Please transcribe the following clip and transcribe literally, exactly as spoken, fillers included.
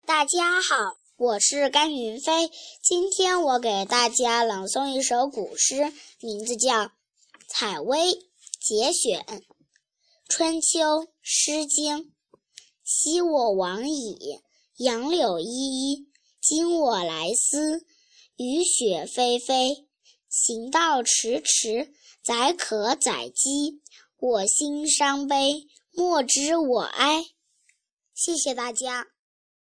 大家好，我是甘云飞。今天我给大家朗诵一首古诗，名字叫《采薇》节选。春秋诗经，昔我往矣，杨柳依依，今我来思，雨雪霏霏，行道迟迟，载渴载饥，我心伤悲，莫知我哀。谢谢大家。